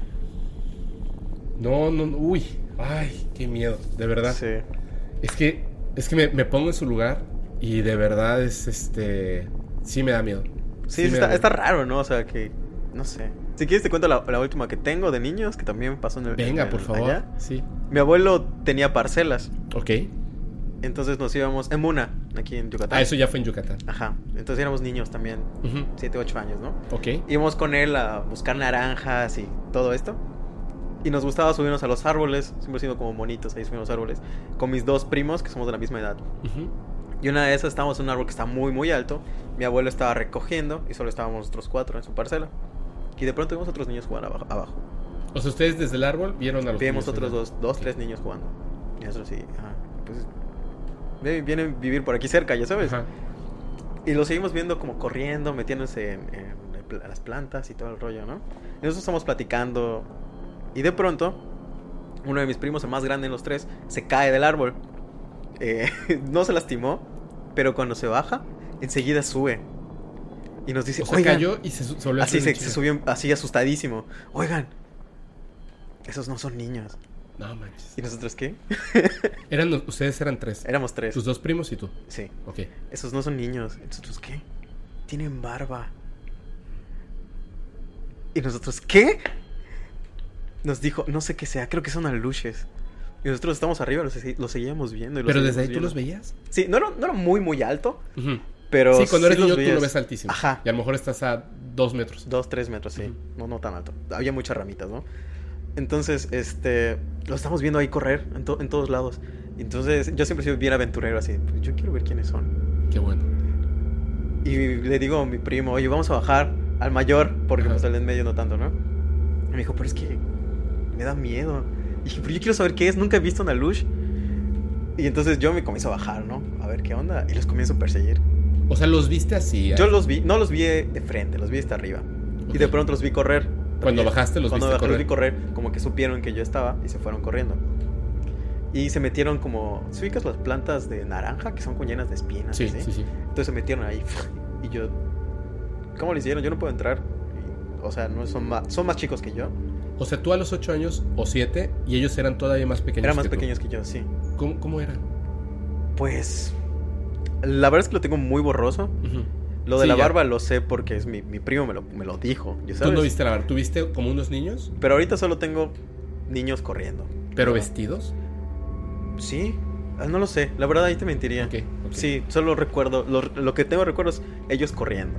No. Uy. Ay, qué miedo. De verdad. Sí. Es que me pongo en su lugar y de verdad sí me da miedo. Sí, me da miedo. está raro, ¿no? O sea, que... No sé. Si quieres te cuento la última que tengo de niños. Que también pasó en el... Venga, por favor. allá. Sí. Mi abuelo tenía parcelas. Ok. Entonces nos íbamos... En Muna, aquí en Yucatán. Ah, eso ya fue en Yucatán. Ajá. Entonces éramos niños también. Ujú. 7, 8 años, ¿no? Ok. Íbamos con él a buscar naranjas y todo esto. Y nos gustaba subirnos a los árboles. Siempre he sido como monitos ahí subiendo a los árboles. Con mis 2 primos, que somos de la misma edad. Ujú. Y una de esas estábamos en un árbol que está muy, muy alto. Mi abuelo estaba recogiendo y solo estábamos nosotros 4 en su parcela. Y de pronto vimos otros niños jugar abajo. O sea, ustedes desde el árbol vieron a los Vimos niños, otros ¿verdad? 2, 3 niños jugando. Y nosotros sí, ajá. Pues vienen a vivir por aquí cerca, ya sabes. Ajá. Y los seguimos viendo como corriendo, metiéndose en las plantas y todo el rollo, ¿no? Y nosotros estamos platicando. Y de pronto, uno de mis primos, el más grande de los 3, se cae del árbol. No se lastimó, pero cuando se baja, enseguida sube. Y nos dice, O sea, oigan, cayó y se volvió a así subir se en chinga. subió así asustadísimo. Oigan, esos no son niños. No manches. ¿Y nosotros qué? Ustedes eran 3. Éramos 3. Tus 2 primos y tú. Sí. Ok. Esos no son niños. ¿Y nosotros qué? Tienen barba. ¿Y nosotros qué? Nos dijo, no sé qué sea, creo que son aluches. Y nosotros estamos arriba, los seguíamos viendo. Y ¿Pero seguimos desde ahí tú viendo. los veías? Sí, no era muy, muy alto, Ujú. pero Sí, cuando eres los niño tú veías. lo ves altísimo. Ajá. Y a lo mejor estás a 2 metros. 2, 3 metros, sí. Ujú. No tan alto. Había muchas ramitas, ¿no? Entonces, lo estamos viendo ahí correr en todos lados. Entonces yo siempre he sido bien aventurero así, pues yo quiero ver quiénes son. Qué bueno. Y le digo a mi primo, oye, vamos a bajar al mayor, porque Ajá. pues el de en medio no tanto, ¿no? Y me dijo, pero es que me da miedo. Y dije, pero yo quiero saber qué es, nunca he visto una lush. Y entonces yo me comienzo a bajar, ¿no? A ver qué onda. Y los comienzo a perseguir. O sea, los viste así. Yo los vi, no los vi de frente, los vi hasta arriba. Ok. Y de pronto los vi correr. Cuando bajaste los Cuando viste bajé, correr. los vi correr, como que supieron que yo estaba y se fueron corriendo. Y se metieron como... ¿Se ubicas las plantas de naranja que son como llenas de espinas? Sí, así? sí. Entonces se metieron ahí. Y yo... ¿Cómo lo hicieron? Yo no puedo entrar. Y, o sea, no son más chicos que yo. O sea, tú a los 8 años o 7 y ellos eran todavía más pequeños. Eran más que tú. pequeños que yo, sí. ¿Cómo eran? Pues... La verdad es que lo tengo muy borroso. Ujú. Lo de Sí, la ya. barba lo sé porque es mi primo me lo dijo. ¿Ya Tú sabes? no viste la barba. ¿Tú viste como unos niños? Pero ahorita solo tengo niños corriendo. ¿Pero vestidos? Sí, no lo sé. La verdad ahí te mentiría. Ok. Sí, solo recuerdo. Lo que tengo recuerdo es ellos corriendo.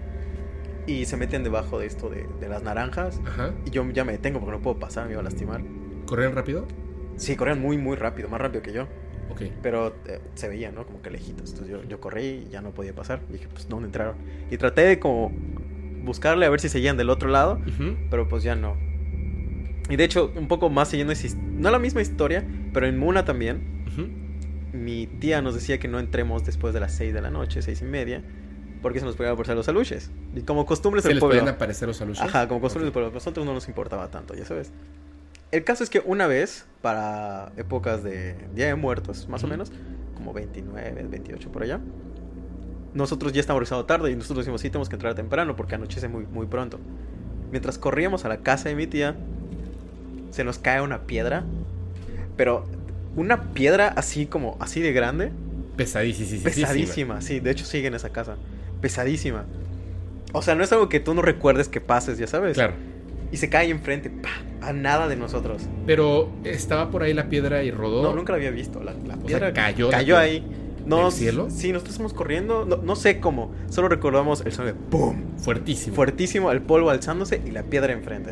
Y se meten debajo de esto de las naranjas. Ajá. Y yo ya me detengo porque no puedo pasar, me iba a lastimar. ¿Corrían rápido? Sí, corrían muy, muy rápido, más rápido que yo. Ok. Pero se veía, ¿no? Como que lejitos. Entonces yo corrí y ya no podía pasar. Y dije, pues, ¿dónde entraron? Y traté de como buscarle a ver si seguían del otro lado. Ujú. Pero pues ya no. Y de hecho, un poco más siguiendo no la misma historia, pero en Muna también. Ujú. Mi tía nos decía que no entremos después de las 6 de la noche, 6:30, porque se nos podían aparecer los aluches. Y como costumbres ¿Se del les pueblo. podían aparecer los aluches? Ajá, como costumbres Ok. del pueblo. A nosotros no nos importaba tanto, ya sabes. El caso es que una vez, para épocas de Día de Muertos, más o Ujú. menos, como 29, 28 por allá, nosotros ya estábamos regresando tarde y nosotros decimos, sí, tenemos que entrar temprano porque anochece muy, muy pronto. Mientras corríamos a la casa de mi tía, se nos cae una piedra, pero una piedra así como, así de grande, Pesadísima. pesadísima, sí, de hecho sigue en esa casa, pesadísima. O sea, no es algo que tú no recuerdes que pases, ya sabes. Claro. Y se cae enfrente, ¡pah! A nada de nosotros. Pero estaba por ahí la piedra y rodó. No, nunca la había visto. La piedra sea, cayó la cayó piedra. ahí. ¿Del cielo? Sí, nosotros estamos corriendo. No sé cómo. Solo recordamos el sonido de ¡pum! Fuertísimo. Fuertísimo, el polvo alzándose y la piedra enfrente.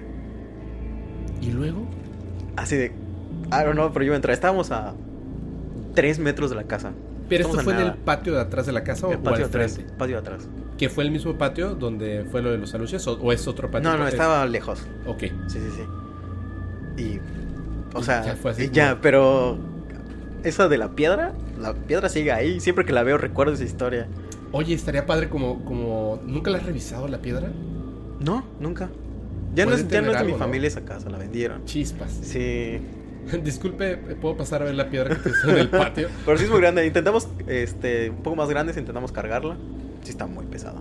¿Y luego? Así de... I don't know, pero yo iba a entrar. Estábamos a 3 metros de la casa. ¿Pero esto Estamos a fue en el nada. patio de atrás de la casa El o patio al de atrás. frente? Patio de atrás. ¿Que fue el mismo patio donde fue lo de los aluches o es otro patio? No, Es- estaba lejos. Ok. Sí. Y... O Y sea... ya fue así y ya, como- pero... Esa de la piedra sigue ahí. Siempre que la veo recuerdo esa historia. Oye, estaría padre como... ¿Nunca la has revisado la piedra? No, nunca. Ya no Puede es tener de mi algo, ¿no? familia esa casa, la vendieron. Chispas. Sí. Disculpe, ¿puedo pasar a ver la piedra que está en el patio? Pero sí es muy grande. Intentamos, un poco más grandes, intentamos cargarla. Sí está muy pesada.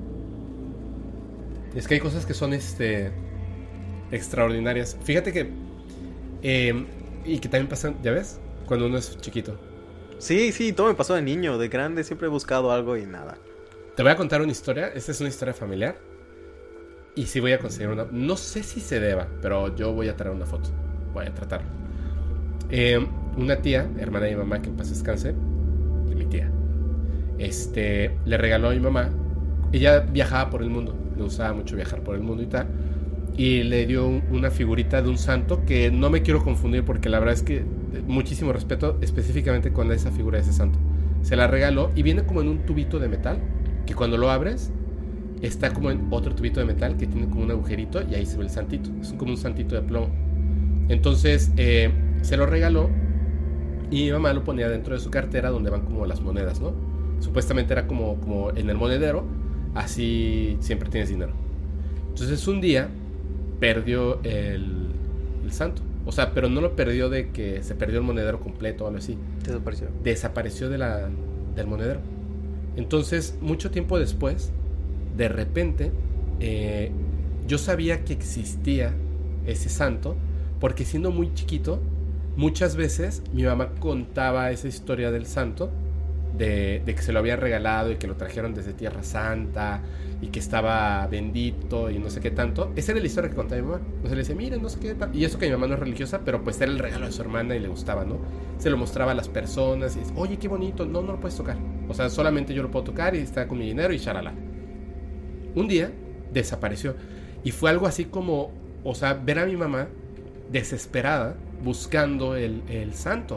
Es que hay cosas que son extraordinarias. Fíjate que... y que también pasan, ¿ya ves? Cuando uno es chiquito. Sí, todo me pasó de niño. De grande siempre he buscado algo y nada. Te voy a contar una historia. Esta es una historia familiar. Y sí voy a conseguir una... No sé si se deba, pero yo voy a traer una foto. Voy a tratarlo. Una tía, hermana de mi mamá, que en paz descanse, de mi tía, le regaló a mi mamá. Ella viajaba por el mundo. Le gustaba mucho viajar por el mundo y tal. Y le dio una figurita de un santo que no me quiero confundir porque la verdad es que muchísimo respeto específicamente con esa figura de ese santo. Se la regaló y viene como en un tubito de metal que cuando lo abres está como en otro tubito de metal que tiene como un agujerito y ahí se ve el santito. Es como un santito de plomo. Entonces se lo regaló y mi mamá lo ponía dentro de su cartera donde van como las monedas, ¿no? Supuestamente era como en el monedero, así siempre tienes dinero. Entonces un día perdió el santo. O sea, pero no lo perdió de que se perdió el monedero completo o algo así. Desapareció. Desapareció del monedero. Entonces, mucho tiempo después, de repente, yo sabía que existía ese santo, porque siendo muy chiquito, muchas veces mi mamá contaba esa historia del santo, de que se lo había regalado y que lo trajeron desde Tierra Santa y que estaba bendito y no sé qué tanto. Esa era la historia que contaba mi mamá. O sea, le decía, miren, no sé qué tal. Y eso que mi mamá no es religiosa, pero pues era el regalo de su hermana y le gustaba, ¿no? Se lo mostraba a las personas y dice, oye, qué bonito, no lo puedes tocar. O sea, solamente yo lo puedo tocar y está con mi dinero y shalala. Un día desapareció y fue algo así como, o sea, ver a mi mamá desesperada buscando el santo.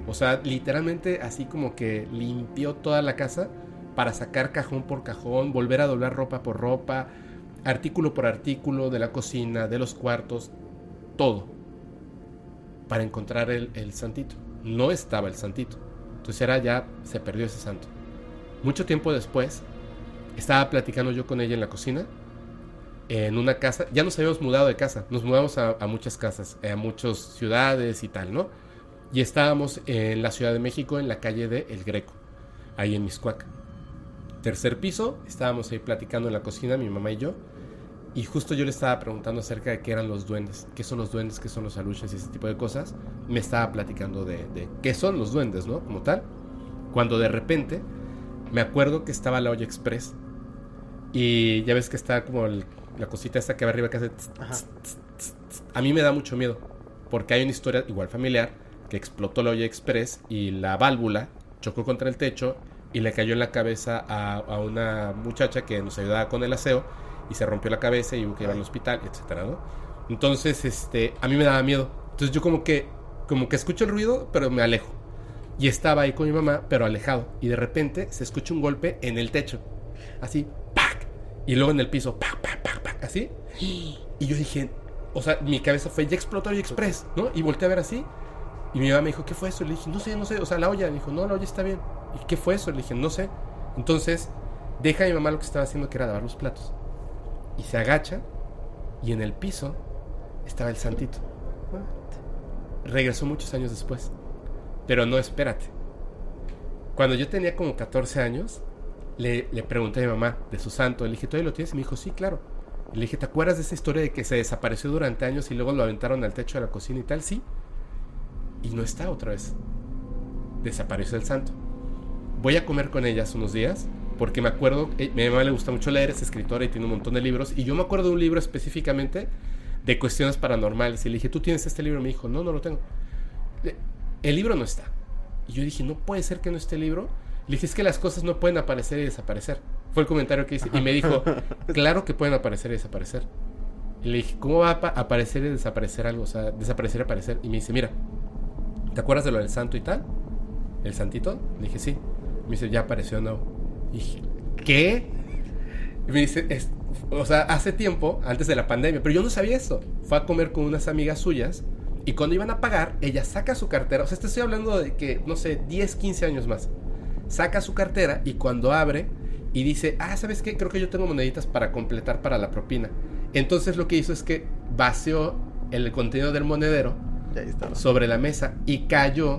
O sea, literalmente así como que limpió toda la casa para sacar cajón por cajón, volver a doblar ropa por ropa, artículo por artículo de la cocina, de los cuartos, todo, para encontrar el santito. No estaba el santito. Entonces se perdió ese santo. Mucho tiempo después, estaba platicando yo con ella en la cocina, en una casa. Ya nos habíamos mudado de casa, nos mudamos a muchas casas, a muchas ciudades y tal, ¿no? Y estábamos en la Ciudad de México, en la calle de El Greco, ahí en Mixcoac. Tercer piso, estábamos ahí platicando en la cocina, mi mamá y yo. Y justo yo le estaba preguntando acerca de qué eran los duendes, qué son los duendes, qué son los aluches y ese tipo de cosas. Me estaba platicando de qué son los duendes, ¿no? Como tal. Cuando de repente me acuerdo que estaba la olla express. Y ya ves que está como la cosita esta que va arriba que hace... A mí me da mucho miedo, porque hay una historia igual familiar, que explotó la olla express y la válvula chocó contra el techo y le cayó en la cabeza a una muchacha que nos ayudaba con el aseo y se rompió la cabeza y hubo que ir al hospital, etcétera, ¿no? Entonces, a mí me daba miedo. Entonces yo como que escucho el ruido, pero me alejo. Y estaba ahí con mi mamá, pero alejado. Y de repente se escucha un golpe en el techo. Así, ¡pac! Y luego en el piso, ¡pac, pac, pac, pac! Así. Y yo dije, o sea, mi cabeza fue, ya explotó el express, ¿no? Y volteé a ver así. Y mi mamá me dijo, ¿qué fue eso? Le dije, no sé, o sea, la olla. Me dijo, no, la olla está bien. ¿Y qué fue eso? Le dije, no sé. Entonces, deja a mi mamá lo que estaba haciendo, que era lavar los platos. Y se agacha, y en el piso estaba el santito. Regresó muchos años después. Pero no, espérate. Cuando yo tenía como 14 años, le pregunté a mi mamá de su santo. Le dije, ¿todavía lo tienes? Y me dijo, sí, claro. Y le dije, ¿te acuerdas de esa historia de que se desapareció durante años y luego lo aventaron al techo de la cocina y tal? Sí. Y no está otra vez. Desapareció el santo. Voy a comer con ellas unos días, porque me acuerdo, a mi mamá le gusta mucho leer, es escritora y tiene un montón de libros, y yo me acuerdo de un libro específicamente de cuestiones paranormales, y le dije, ¿tú tienes este libro? Y me dijo, no lo tengo. El libro no está. Y yo dije, no puede ser que no esté el libro. Le dije, es que las cosas no pueden aparecer y desaparecer. Fue el comentario que hice, y me dijo, claro que pueden aparecer y desaparecer. Y le dije, ¿cómo va a aparecer y desaparecer algo? O sea, desaparecer y aparecer. Y me dice, mira, ¿te acuerdas de lo del santo y tal? ¿El santito? Le dije, sí. Me dice, ya apareció, no. Y dije, ¿qué? Y me dice, o sea, hace tiempo, antes de la pandemia, pero yo no sabía eso. Fue a comer con unas amigas suyas y cuando iban a pagar, ella saca su cartera. O sea, te estoy hablando de que, no sé, 10, 15 años más. Saca su cartera y cuando abre y dice, ¿sabes qué? Creo que yo tengo moneditas para completar para la propina. Entonces lo que hizo es que vació el contenido del monedero sobre la mesa y cayó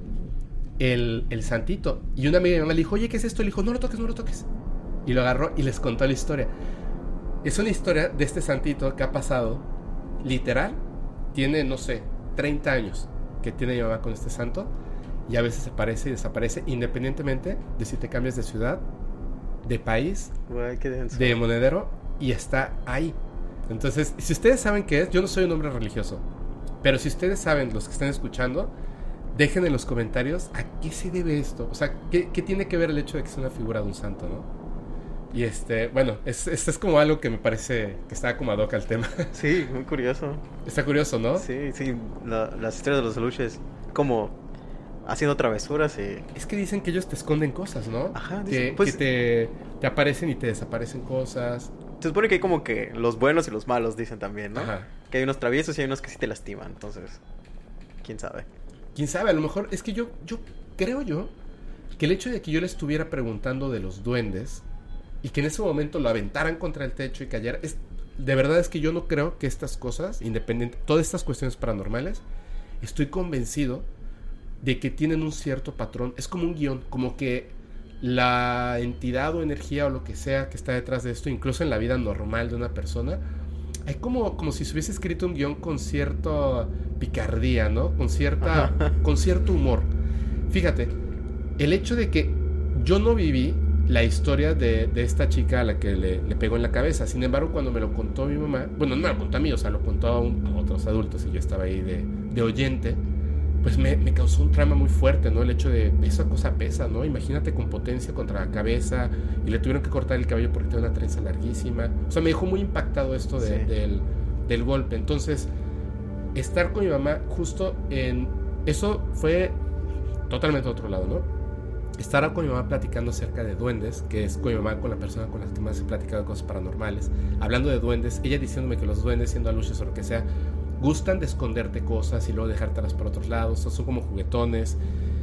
el santito. Y una amiga de mi mamá le dijo, oye, ¿qué es esto? Le dijo, no lo toques. Y lo agarró y les contó la historia. Es una historia de este santito que ha pasado, literal, tiene, no sé, 30 años que tiene mi mamá con este santo. Y a veces aparece y desaparece, independientemente de si te cambias de ciudad, de país, de monedero, y está ahí. Entonces, si ustedes saben qué es, yo no soy un hombre religioso, pero si ustedes saben, los que están escuchando, dejen en los comentarios a qué se debe esto. O sea, ¿qué tiene que ver el hecho de que sea una figura de un santo, no? Y bueno, esto es como algo que me parece que está como ad hoc al tema. Sí, muy curioso. Está curioso, ¿no? Sí, las historias de los aluches, como haciendo travesuras y... Es que dicen que ellos te esconden cosas, ¿no? Ajá, dicen, pues, que te aparecen y te desaparecen cosas. Se supone que hay como que los buenos y los malos, dicen también, ¿no? Ajá. Que hay unos traviesos y hay unos que sí te lastiman, entonces, ¿quién sabe? ¿Quién sabe? A lo mejor es que yo creo que el hecho de que yo le estuviera preguntando de los duendes y que en ese momento lo aventaran contra el techo y cayera, de verdad es que yo no creo que estas cosas, todas estas cuestiones paranormales, estoy convencido de que tienen un cierto patrón. Es como un guión, como que la entidad o energía o lo que sea que está detrás de esto, incluso en la vida normal de una persona, hay como si se hubiese escrito un guión con cierta picardía, ¿no? Con cierto humor. Fíjate, el hecho de que yo no viví la historia de esta chica a la que le pegó en la cabeza. Sin embargo, cuando me lo contó mi mamá, bueno, no me lo contó a mí, o sea, lo contó a otros adultos y yo estaba ahí de oyente, pues me causó un trauma muy fuerte, ¿no? El hecho de, esa cosa pesa, ¿no? Imagínate con potencia contra la cabeza y le tuvieron que cortar el cabello porque tenía una trenza larguísima. O sea, me dejó muy impactado esto del golpe. Entonces, estar con mi mamá justo en... Eso fue totalmente a otro lado, ¿no? Estar con mi mamá platicando acerca de duendes, que es con mi mamá, con la persona con la que más he platicado de cosas paranormales, hablando de duendes, ella diciéndome que los duendes, siendo aluches o lo que sea, gustan de esconderte cosas y luego dejártelas por otros lados, son como juguetones.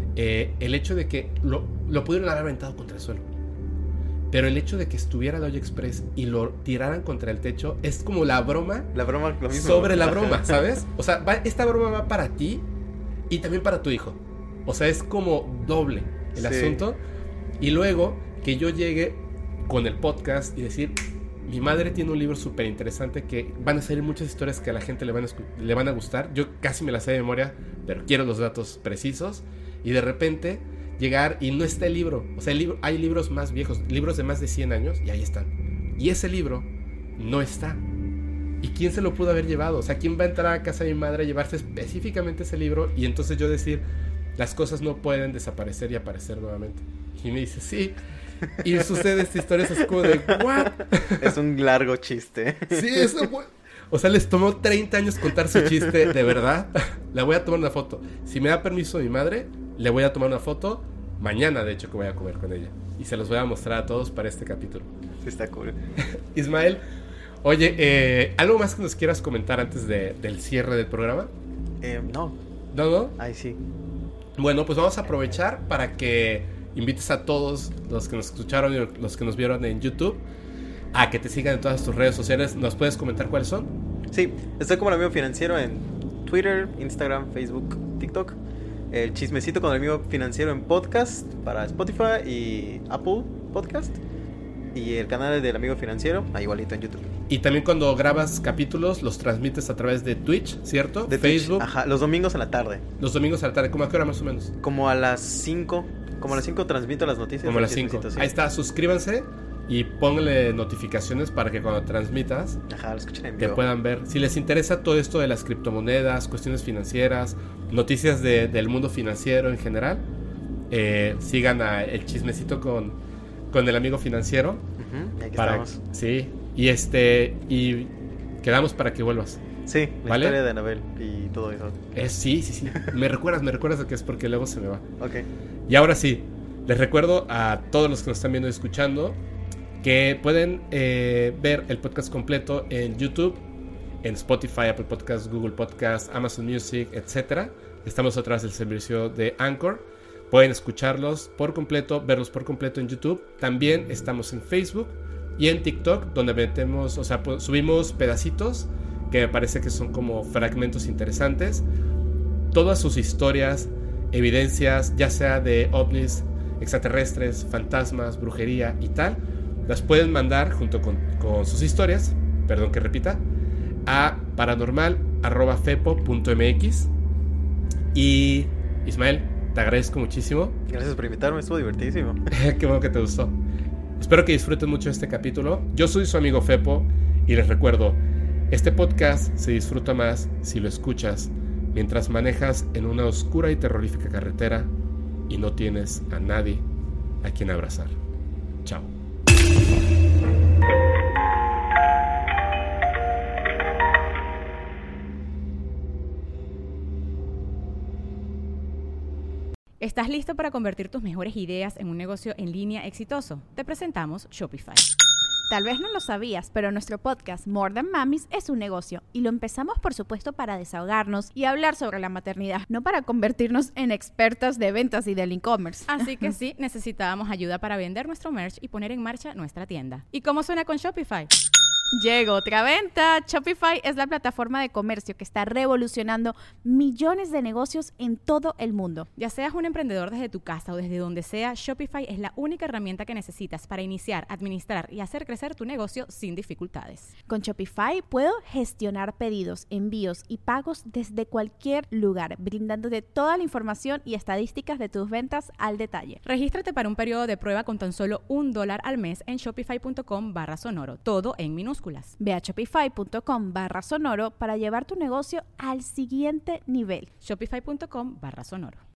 El hecho de que lo pudieron haber aventado contra el suelo, pero el hecho de que estuviera el Hoyo Express y lo tiraran contra el techo es como la broma lo mismo, sobre la broma, ¿sabes? O sea, esta broma va para ti y también para tu hijo. O sea, es como doble el asunto. Y luego que yo llegue con el podcast y decir, mi madre tiene un libro súper interesante que van a salir muchas historias que a la gente le van a gustar. Yo casi me las sé de memoria, pero quiero los datos precisos. Y de repente llegar y no está el libro. O sea, hay libros más viejos, libros de más de 100 años, y ahí están. Y ese libro no está. ¿Y quién se lo pudo haber llevado? O sea, ¿quién va a entrar a casa de mi madre a llevarse específicamente ese libro? Y entonces yo decir, las cosas no pueden desaparecer y aparecer nuevamente. Y me dice, sí. Y sucede esta historia, es como de, ¿what? Es un largo chiste. Sí, eso fue. O sea, les tomó 30 años contar su chiste, de verdad. Le voy a tomar una foto. Si me da permiso mi madre, le voy a tomar una foto. Mañana, de hecho, que voy a comer con ella. Y se los voy a mostrar a todos para este capítulo. Sí, está cool. Ismael, oye, ¿algo más que nos quieras comentar antes del cierre del programa? No. ¿No? Ay, sí. Bueno, pues vamos a aprovechar para que invites a todos los que nos escucharon y los que nos vieron en YouTube a que te sigan en todas tus redes sociales. ¿Nos puedes comentar cuáles son? Sí, estoy como el amigo financiero en Twitter, Instagram, Facebook, TikTok. El chismecito con el amigo financiero en podcast para Spotify y Apple Podcast. Y el canal del amigo financiero, igualito en YouTube. Y también cuando grabas capítulos, los transmites a través de Twitch, ¿cierto? De Facebook. Twitch, ajá, los domingos a la tarde. Los domingos a la tarde, ¿cómo a qué hora más o menos? Como a las 5. Como a las 5 transmito las noticias. Como a las 5. Sí. Ahí está, suscríbanse y pónganle notificaciones para que cuando transmitas lo escuchen en te vivo. puedan ver. Si les interesa todo esto de las criptomonedas, cuestiones financieras, noticias del mundo financiero en general, sigan el chismecito con el amigo financiero. Y aquí estamos. Sí, y quedamos para que vuelvas. Sí, la ¿Vale? historia de Anabel y todo eso. Sí. Me recuerdas que es porque luego se me va. Ok. Y ahora sí, les recuerdo a todos los que nos están viendo y escuchando que pueden ver el podcast completo en YouTube, en Spotify, Apple Podcasts, Google Podcasts, Amazon Music, etc. Estamos a través del servicio de Anchor. Pueden escucharlos por completo, verlos por completo en YouTube. También estamos en Facebook y en TikTok, donde metemos, o sea, subimos pedacitos que me parece que son como fragmentos interesantes. Todas sus historias, evidencias, ya sea de ovnis, extraterrestres, fantasmas, brujería y tal, las pueden mandar junto con sus historias, perdón que repita, a paranormal@fepo.mx. Y Ismael, te agradezco muchísimo. Gracias por invitarme, estuvo divertidísimo. Qué bueno que te gustó. Espero que disfruten mucho este capítulo. Yo soy su amigo Fepo y les recuerdo, este podcast se disfruta más si lo escuchas mientras manejas en una oscura y terrorífica carretera y no tienes a nadie a quien abrazar. Chao. ¿Estás listo para convertir tus mejores ideas en un negocio en línea exitoso? Te presentamos Shopify. Tal vez no lo sabías, pero nuestro podcast More Than Mamis es un negocio y lo empezamos por supuesto para desahogarnos y hablar sobre la maternidad, no para convertirnos en expertas de ventas y del e-commerce. Así que sí, necesitábamos ayuda para vender nuestro merch y poner en marcha nuestra tienda. ¿Y cómo suena con Shopify? Llegó otra venta. Shopify es la plataforma de comercio que está revolucionando millones de negocios en todo el mundo. Ya seas un emprendedor desde tu casa o desde donde sea, Shopify es la única herramienta que necesitas para iniciar, administrar y hacer crecer tu negocio sin dificultades. Con Shopify puedo gestionar pedidos, envíos y pagos desde cualquier lugar, brindándote toda la información y estadísticas de tus ventas al detalle. Regístrate para un periodo de prueba con tan solo $1 al mes en shopify.com/sonoro, todo en minúsculas. Ve a shopify.com/sonoro para llevar tu negocio al siguiente nivel. Shopify.com/sonoro.